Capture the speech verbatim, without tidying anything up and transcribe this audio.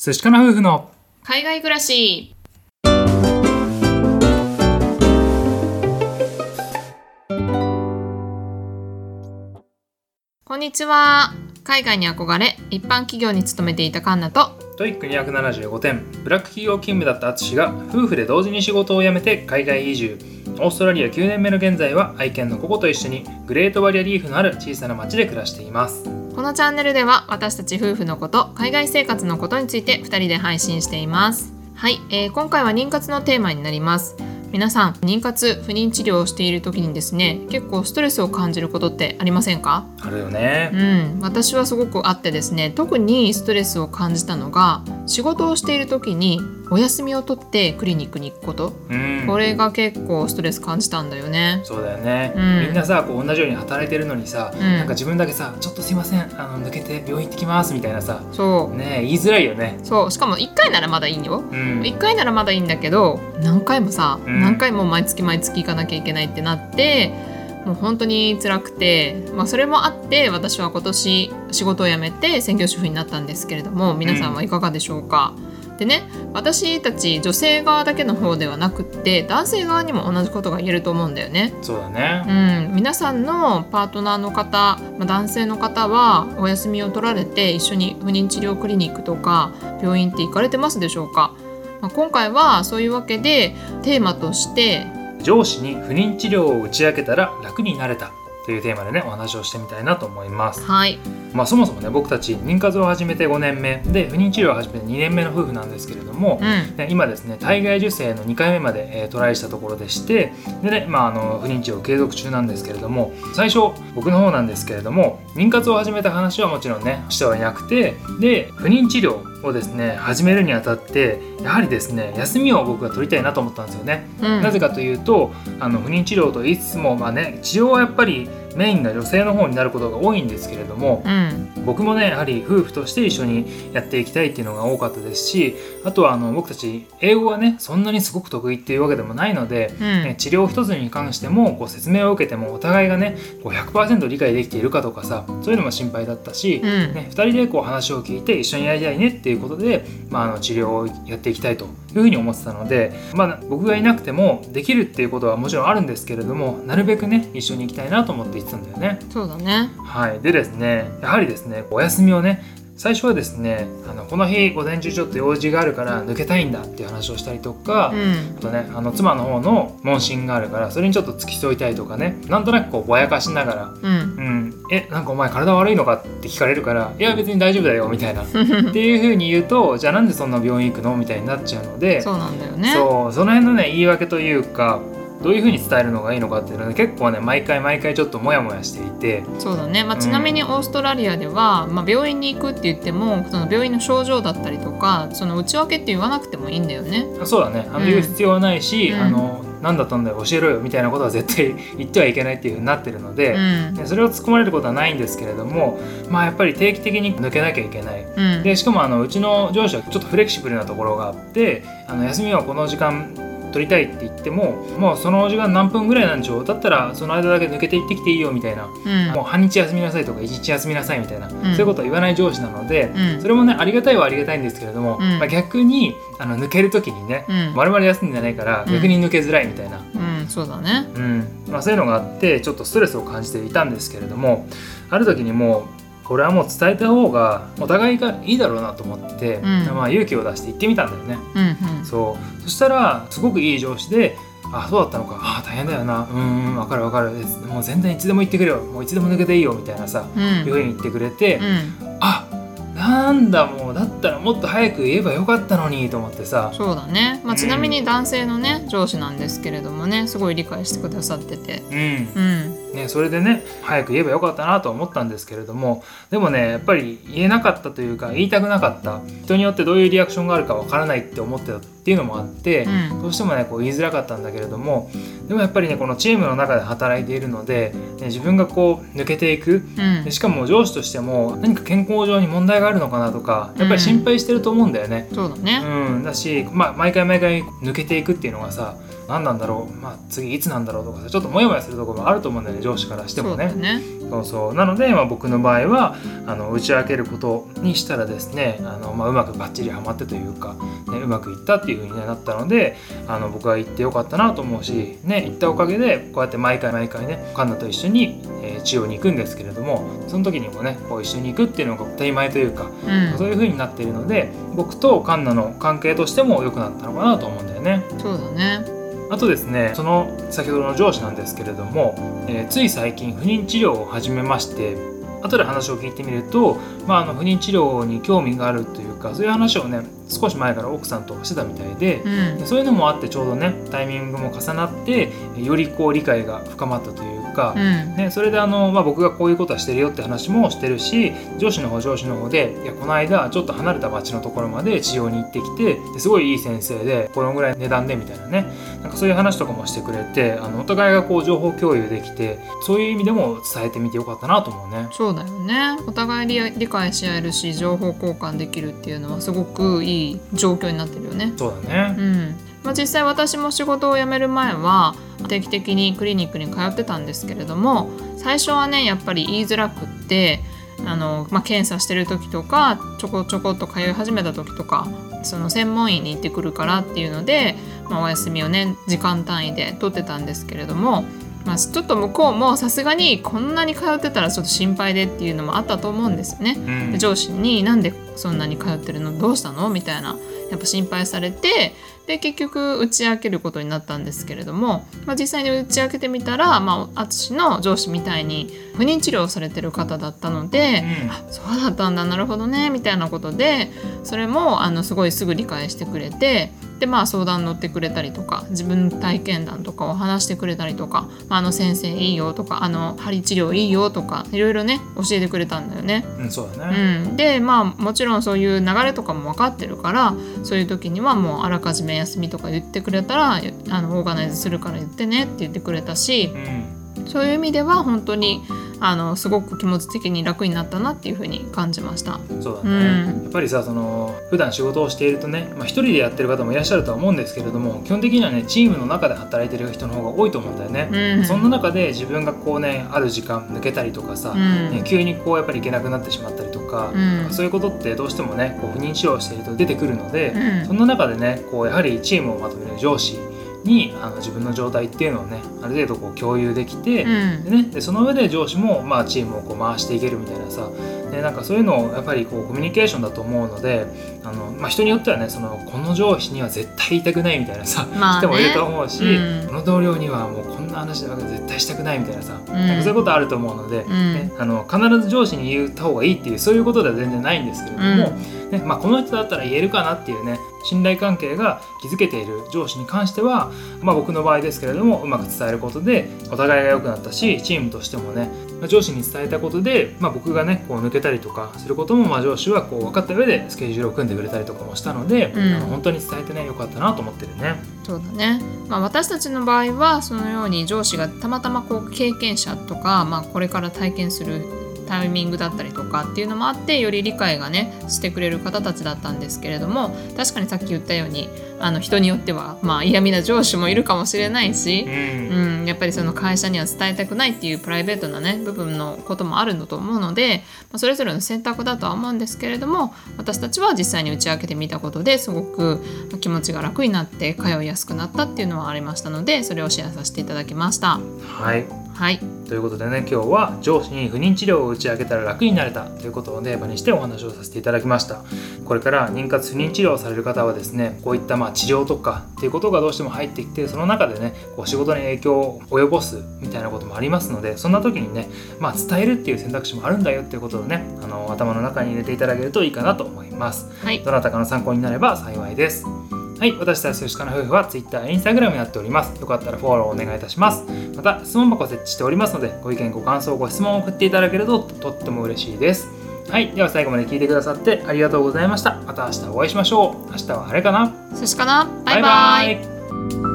寿司かな夫婦の海外暮らし。こんにちは。海外に憧れ一般企業に勤めていたカンナと、 トイックにひゃくななじゅうごてんブラック企業勤務だったアツシが夫婦で同時に仕事を辞めて海外移住。オーストラリアきゅうねんめの現在は愛犬のココと一緒にグレートバリアリーフのある小さな町で暮らしています。 このチャンネルでは私たち夫婦のこと、海外生活のことについてふたりで配信しています。はい、えー、今回は妊活のテーマになります。皆さん、妊活不妊治療をしている時にですね、結構ストレスを感じることってありませんか？ あるよね。 うん、私はすごくあってですね、特にストレスを感じたのが仕事をしている時にお休みを取ってクリニックに行くこと、うん、これが結構ストレス感じたんだよね。 そうだよね、うん、みんなさこう同じように働いてるのにさ、うん、なんか自分だけさちょっとすいませんあの抜けて病院行ってきますみたいなさ、 そうね言いづらいよね。 そうしかもいっかいならまだいいよ、うん、いっかいならまだいいんだけど何回もさ、うん、何回も毎月毎月行かなきゃいけないってなってもう本当に辛くて、まあ、それもあって私は今年仕事を辞めて専業主婦になったんですけれども、皆さんはいかがでしょうか？うん、でね、私たち女性側だけの方ではなくって男性側にも同じことが言えると思うんだよね。 そうだね、 うん、皆さんのパートナーの方、まあ、男性の方はお休みを取られて一緒に不妊治療クリニックとか病院って行かれてますでしょうか？まあ、今回はそういうわけでテーマとして上司に不妊治療を打ち明けたら楽になれたというテーマでねお話をしてみたいなと思います。 はい。 まあ、そもそもね僕たち妊活を始めてごねんめで不妊治療を始めてにねんめの夫婦なんですけれども、うん、今ですね体外受精のにかいめまで、えー、トライしたところでしてで、ねまあ、あの不妊治療継続中なんですけれども、最初僕の方なんですけれども妊活を始めた話はもちろんねしてはいなくて、で不妊治療をですね始めるにあたってやはりですね休みを僕が取りたいなと思ったんですよね。うん、なぜかというとあの不妊治療と言いつつも、まあね、治療はやっぱりメインが女性の方になることが多いんですけれども、うん、僕もねやはり夫婦として一緒にやっていきたいっていうのが多かったですし、あとはあの僕たち英語がねそんなにすごく得意っていうわけでもないので、うんね、治療一つに関してもこう説明を受けてもお互いがねこう ひゃくパーセント 理解できているかとかさ、そういうのも心配だったし、うんね、ふたりでこう話を聞いて一緒にやりたいねっていうことで、まあ、あの治療をやっていきたいというふうに思ってたので、まあ、僕がいなくてもできるっていうことはもちろんあるんですけれども、なるべくね一緒に行きたいなと思って言ってたんだよね。 そうだね。 はい。でですねやはりですねお休みをね最初はですねあのこの日午前中ちょっと用事があるから抜けたいんだっていう話をしたりとか、うん、あとねあの妻の方の問診があるからそれにちょっと付き添いたいとかね、なんとなくこうぼやかしながら、うんうん、えなんかお前体悪いのかって聞かれるからいや別に大丈夫だよみたいなっていう風に言うとじゃあなんでそんな病院行くのみたいになっちゃうので、 そうなんだよね。 そうその辺のね言い訳というかどういう風に伝えるのがいいのかっていうのは結構ね毎回毎回ちょっとモヤモヤしていて。 そうだね、まあ、ちなみにオーストラリアでは、うんまあ、病院に行くって言ってもその病院の症状だったりとかその内訳って言わなくてもいいんだよね。 そうだね、あの言う必要はないし、うん、あの何だったんだよ教えろよみたいなことは絶対言ってはいけないっていう風になってるので、うん、それを突っ込まれることはないんですけれども、まあやっぱり定期的に抜けなきゃいけない、うん、でしかもあのうちの上司はちょっとフレキシブルなところがあってあの休みはこの時間取りたいって言ってももうその時間何分ぐらいなんでしょう、だったらその間だけ抜けていってきていいよみたいな、うん、もう半日休みなさいとか一日休みなさいみたいな、うん、そういうことは言わない上司なので、うん、それもねありがたいはありがたいんですけれども、うんまあ、逆にあの抜ける時にね、うん、丸々休んでないから逆に抜けづらいみたいな、 うんうん、そうだね、 うんまあ、そういうのがあってちょっとストレスを感じていたんですけれども、ある時にもうこれはもう伝えた方がお互いがいいだろうなと思って、うんまあ、勇気を出して行ってみたんだよね、うんうん、そうそしたらすごくいい上司であそうだったのかあ大変だよなうん分かる分かるもう全然いつでも言ってくれよもういつでも抜けていいよみたいなさ、うん、いうふうに言ってくれて、うん、あなんだもうだったらもっと早く言えばよかったのにと思ってさ。 そうだね、まあ、ちなみに男性のね、うん、上司なんですけれどもねすごい理解してくださってて、うんうんね、それでね早く言えばよかったなと思ったんですけれども、でもねやっぱり言えなかったというか言いたくなかった、人によってどういうリアクションがあるかわからないって思ってたっていうのもあって、うん、どうしてもねこう言いづらかったんだけれども、でもやっぱりねこのチームの中で働いているので、ね、自分がこう抜けていく、うん、でしかも上司としても何か健康上に問題があるのかなとかやっぱり心配してると思うんだよね、 うん、そうだね、 うん、だし、まあ、毎回毎回抜けていくっていうのがさ何なんだろう、まあ、次いつなんだろうとかさちょっとモヤモヤするところもあると思うんだよね上司からしてもね。 そうだね。 そうそうなので、まあ、僕の場合はあの打ち明けることにしたらですねあの、まあ、うまくバッチリハマってというか、ね、うまくいったっていう風になったのであの僕は行ってよかったなと思うし、ね、行ったおかげでこうやって毎回毎回ねカンナと一緒に、えー、治療に行くんですけれどもその時にもねこう一緒に行くっていうのが当たり前というか、うん、そういう風になっているので僕とカンナの関係としても良くなったのかなと思うんだよね。 そうだね。 あとですねその先ほどの上司なんですけれども、えー、つい最近不妊治療を始めまして後で話を聞いてみると、まあ、あの不妊治療に興味があるというかそういう話をね少し前から奥さんとしてたみたいで、うん、そういうのもあってちょうどねタイミングも重なってよりこう理解が深まったというか、うんね、それであの、まあ、僕がこういうことはしてるよって話もしてるし上司の方上司の方でいやこの間ちょっと離れた町のところまで治療に行ってきてですごいいい先生でこのぐらい値段でみたいなねなんかそういう話とかもしてくれてあのお互いがこう情報共有できてそういう意味でも伝えてみてよかったなと思うね。 そうだよね。お互い理、理解し合えるし情報交換できるっていうのはすごくいい状況になってるよね。 そうだね、 うんまあ、実際私も仕事を辞める前は定期的にクリニックに通ってたんですけれども最初はねやっぱり言いづらくってあの、まあ、検査してる時とかちょこちょこっと通い始めた時とかその専門医に行ってくるからっていうので、まあ、お休みをね時間単位で取ってたんですけれども、まあ、ちょっと向こうもさすがにこんなに通ってたらちょっと心配でっていうのもあったと思うんですよね、うん、上司になんでそんなに通ってるのどうしたのみたいなやっぱ心配されてで結局打ち明けることになったんですけれども、まあ、実際に打ち明けてみたら、まあ、私の上司みたいに不妊治療をされてる方だったので、うん、あそうだったんだなるほどねみたいなことでそれもあのすごいすぐ理解してくれてで、まあ、相談乗ってくれたりとか自分の体験談とかを話してくれたりとか、まあ、あの先生いいよとかあの針治療いいよとかいろいろね教えてくれたんだよね、 うん、そうだね、 うん、でまあもちろんそういう流れとかも分かってるからそういう時にはもうあらかじめ休みとか言ってくれたらあのオーガナイズするから言ってねって言ってくれたし、うん、そういう意味では本当にあのすごく気持ち的に楽になったなっていう風に感じました。 そうだね、うん、やっぱりさその普段仕事をしているとね、まあ、一人でやってる方もいらっしゃるとは思うんですけれども基本的にはねチームの中で働いてる人の方が多いと思うんだよね、うん、そんな中で自分がこうねある時間抜けたりとかさ、うんね、急にこうやっぱり行けなくなってしまったりとか、うん、そういうことってどうしてもねこう不妊治療をしていると出てくるので、うん、そんな中でねこうやはりチームをまとめる上司にあの自分の状態っていうのをねある程度こう共有できて、うん、でね、でその上で上司も、まあ、チームをこう回していけるみたいなさでなんかそういうのをやっぱりこうコミュニケーションだと思うのであの、まあ、人によってはねそのこの上司には絶対言いたくないみたいなさ、まあね、人もいると思うし、うん、この同僚にはもうこんな話は絶対したくないみたいなさ、うん、なんかそういうことあると思うので、うんね、あの必ず上司に言った方がいいっていうそういうことでは全然ないんですけれども、うんねまあ、この人だったら言えるかなっていうね信頼関係が築けている上司に関しては、まあ、僕の場合ですけれどもうまく伝えることでお互いが良くなったしチームとしてもね上司に伝えたことで、まあ、僕がねこう抜けたりとかすることも、まあ、上司はこう分かった上でスケジュールを組んでくれたりとかもしたので、うん、あの本当に伝えてね良かったなと思ってるね。 そうだね、まあ、私たちの場合はそのように上司がたまたまこう経験者とか、まあ、これから体験するタイミングだったりとかっていうのもあってより理解がねしてくれる方たちだったんですけれども確かにさっき言ったようにあの人によっては、まあ、嫌味な上司もいるかもしれないし、うんうん、やっぱりその会社には伝えたくないっていうプライベートな、ね、部分のこともあるのと思うので、まあ、それぞれの選択だとは思うんですけれども私たちは実際に打ち明けてみたことですごく気持ちが楽になって通いやすくなったっていうのはありましたのでそれをシェアさせていただきました。 はい、 はい、 ということでね今日は上司に不妊治療を打ち明けたら楽になれたということをテーマにしてお話をさせていただきました。これから妊活不妊治療をされる方はですねこういったまあ治療とかっていうことがどうしても入ってきてその中でねこう仕事に影響を及ぼすみたいなこともありますのでそんな時にね、まあ、伝えるっていう選択肢もあるんだよっていうことをねあの頭の中に入れていただけるといいかなと思います、はい、どなたかの参考になれば幸いです。はい、私たち寿司かな夫婦は Twitter、Instagram やっております。よかったらフォローお願いいたします。また質問箱設置しておりますのでご意見ご感想ご質問を送っていただけるととっても嬉しいです。 はい、では最後まで聞いてくださってありがとうございました。また明日お会いしましょう。明日はあれかな？ 寿司かな？バイバイ。 バイバイ。